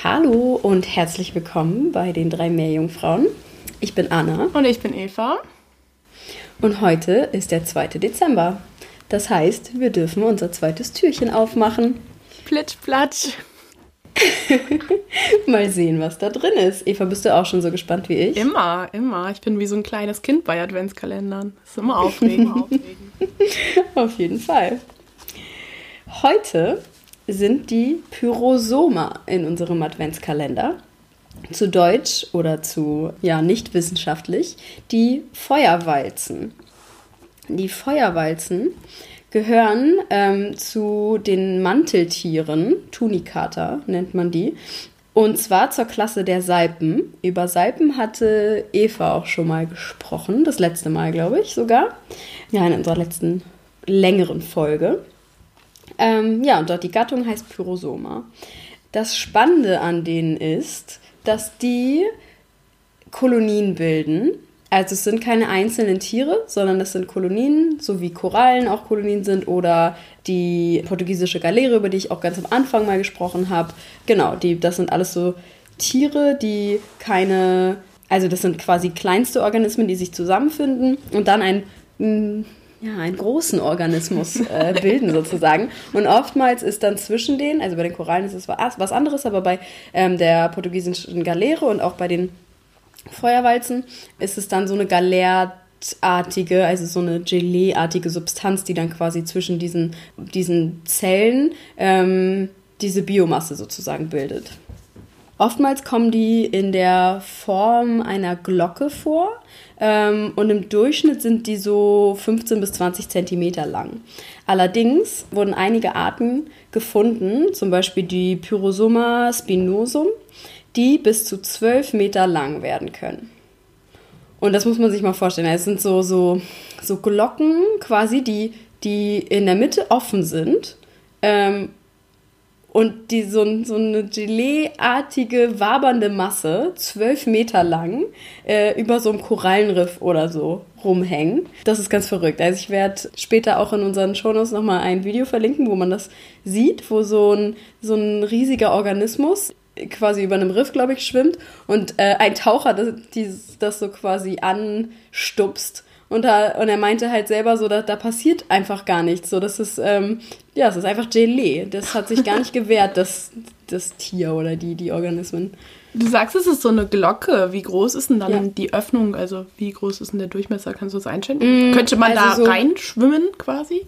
Hallo und herzlich willkommen bei den 3 Meerjungfrauen. Ich bin Anna. Und ich bin Eva. Und heute ist der 2. Dezember. Das heißt, wir dürfen unser zweites Türchen aufmachen. Plitsch, platsch. Mal sehen, was da drin ist. Eva, bist du auch schon so gespannt wie ich? Immer. Ich bin wie so ein kleines Kind bei Adventskalendern. Das ist immer aufregend. Auf jeden Fall. Heute sind die Pyrosoma in unserem Adventskalender. Zu Deutsch oder zu, nicht wissenschaftlich, die Feuerwalzen. Die Feuerwalzen gehören zu den Manteltieren, Tunicata nennt man die, und zwar zur Klasse der Salpen. Über Salpen hatte Eva auch schon mal gesprochen, das letzte Mal, glaube ich sogar, in unserer letzten längeren Folge. Und dort die Gattung heißt Pyrosoma. Das Spannende an denen ist, dass die Kolonien bilden. Also es sind keine einzelnen Tiere, sondern es sind Kolonien, so wie Korallen auch Kolonien sind oder die portugiesische Galeere, über die ich auch ganz am Anfang mal gesprochen habe. Genau, das sind alles so Tiere, die das sind quasi kleinste Organismen, die sich zusammenfinden und dann einen großen Organismus bilden sozusagen. Und oftmals ist dann zwischen denen, also bei den Korallen ist es was anderes, aber bei der portugiesischen Galeere und auch bei den Feuerwalzen ist es dann so eine galertartige, also so eine Gelee-artige Substanz, die dann quasi zwischen diesen Zellen diese Biomasse sozusagen bildet. Oftmals kommen die in der Form einer Glocke vor und im Durchschnitt sind die so 15 bis 20 Zentimeter lang. Allerdings wurden einige Arten gefunden, zum Beispiel die Pyrosoma spinosum, die bis zu 12 Meter lang werden können. Und das muss man sich mal vorstellen. Es sind so Glocken quasi, die in der Mitte offen sind und die so eine Gelee-artige, wabernde Masse, 12 Meter lang, über so einem Korallenriff oder so rumhängen. Das ist ganz verrückt. Also ich werde später auch in unseren Shownotes nochmal ein Video verlinken, wo man das sieht, wo so ein riesiger Organismus quasi über einem Riff, glaube ich, schwimmt und ein Taucher das so quasi anstupst. Und er meinte halt selber so, da passiert einfach gar nichts. So, das ist, es ist einfach Gelee. Das hat sich gar nicht gewehrt, das Tier oder die Organismen. Du sagst, es ist so eine Glocke. Wie groß ist denn dann die Öffnung? Also wie groß ist denn der Durchmesser? Kannst du das einschätzen? Könnte man da reinschwimmen quasi?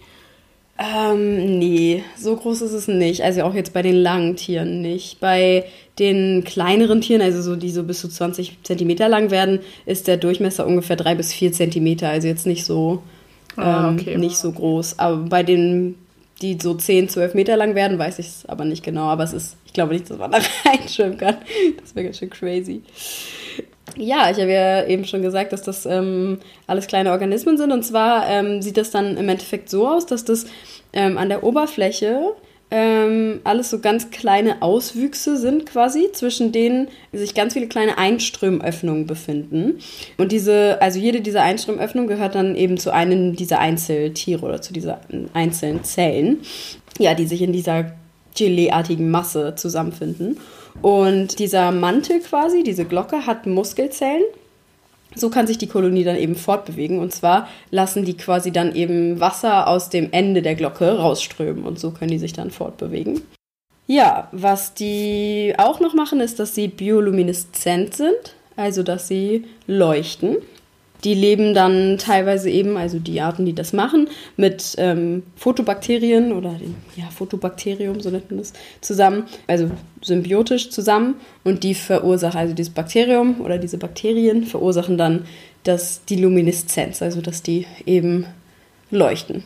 Nee, so groß ist es nicht. Also auch jetzt bei den langen Tieren nicht. Bei den kleineren Tieren, also so die so bis zu 20 Zentimeter lang werden, ist der Durchmesser ungefähr 3 bis 4 Zentimeter. Also jetzt nicht so, nicht so groß. Aber bei denen, die so 10, 12 Meter lang werden, weiß ich es aber nicht genau. Aber ich glaube nicht, dass man da reinschwimmen kann. Das wäre ganz schön crazy. Ja, ich habe ja eben schon gesagt, dass das alles kleine Organismen sind. Und zwar sieht das dann im Endeffekt so aus, dass das an der Oberfläche alles so ganz kleine Auswüchse sind quasi, zwischen denen sich ganz viele kleine Einströmöffnungen befinden. Und jede dieser Einströmöffnungen gehört dann eben zu einem dieser Einzeltiere oder zu dieser einzelnen Zellen, die sich in dieser Gelee-artigen Masse zusammenfinden. Und dieser Mantel quasi, diese Glocke, hat Muskelzellen. So kann sich die Kolonie dann eben fortbewegen. Und zwar lassen die quasi dann eben Wasser aus dem Ende der Glocke rausströmen. Und so können die sich dann fortbewegen. Ja, was die auch noch machen, ist, dass sie biolumineszent sind. Also, dass sie leuchten. Die leben dann teilweise eben, also die Arten, die das machen, mit Photobakterien oder dem Photobakterium, so nennt man das, zusammen, also symbiotisch zusammen. Und die also dieses Bakterium oder diese Bakterien verursachen dann die Lumineszenz, also dass die eben leuchten.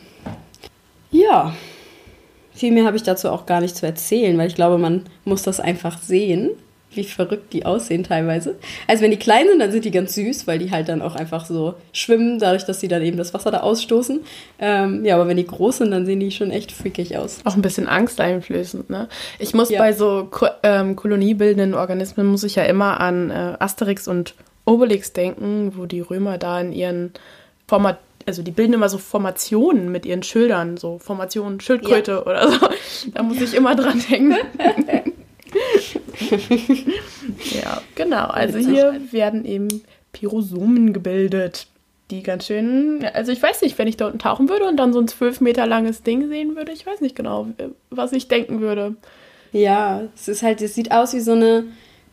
Ja, viel mehr habe ich dazu auch gar nicht zu erzählen, weil ich glaube, man muss das einfach sehen, wie verrückt die aussehen teilweise. Also wenn die klein sind, dann sind die ganz süß, weil die halt dann auch einfach so schwimmen, dadurch, dass sie dann eben das Wasser da ausstoßen. Aber wenn die groß sind, dann sehen die schon echt freakig aus. Auch ein bisschen angsteinflößend, ne? Ich muss bei so koloniebildenden Organismen, muss ich ja immer an Asterix und Obelix denken, wo die Römer da in ihren die bilden immer so Formationen mit ihren Schildern, so Formationen Schildkröte oder so. Da muss ich immer dran denken. Ja, genau. Also hier werden eben Pyrosomen gebildet, die ganz schön, also ich weiß nicht, wenn ich da unten tauchen würde und dann so ein 12 Meter langes Ding sehen würde, ich weiß nicht genau, was ich denken würde. Ja, es sieht aus eine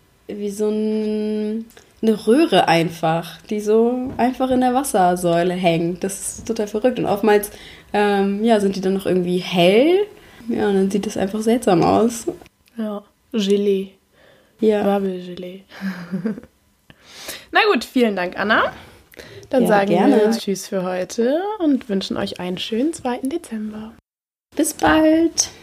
Röhre einfach, die so einfach in der Wassersäule hängt. Das ist total verrückt. Und oftmals, sind die dann noch irgendwie hell. Ja, und dann sieht das einfach seltsam aus. Ja, Gelee. Ja. Wabbelgelee. Na gut, vielen Dank, Anna. Dann sagen gerne. wir Tschüss für heute und wünschen euch einen schönen 2. Dezember. Bis bald.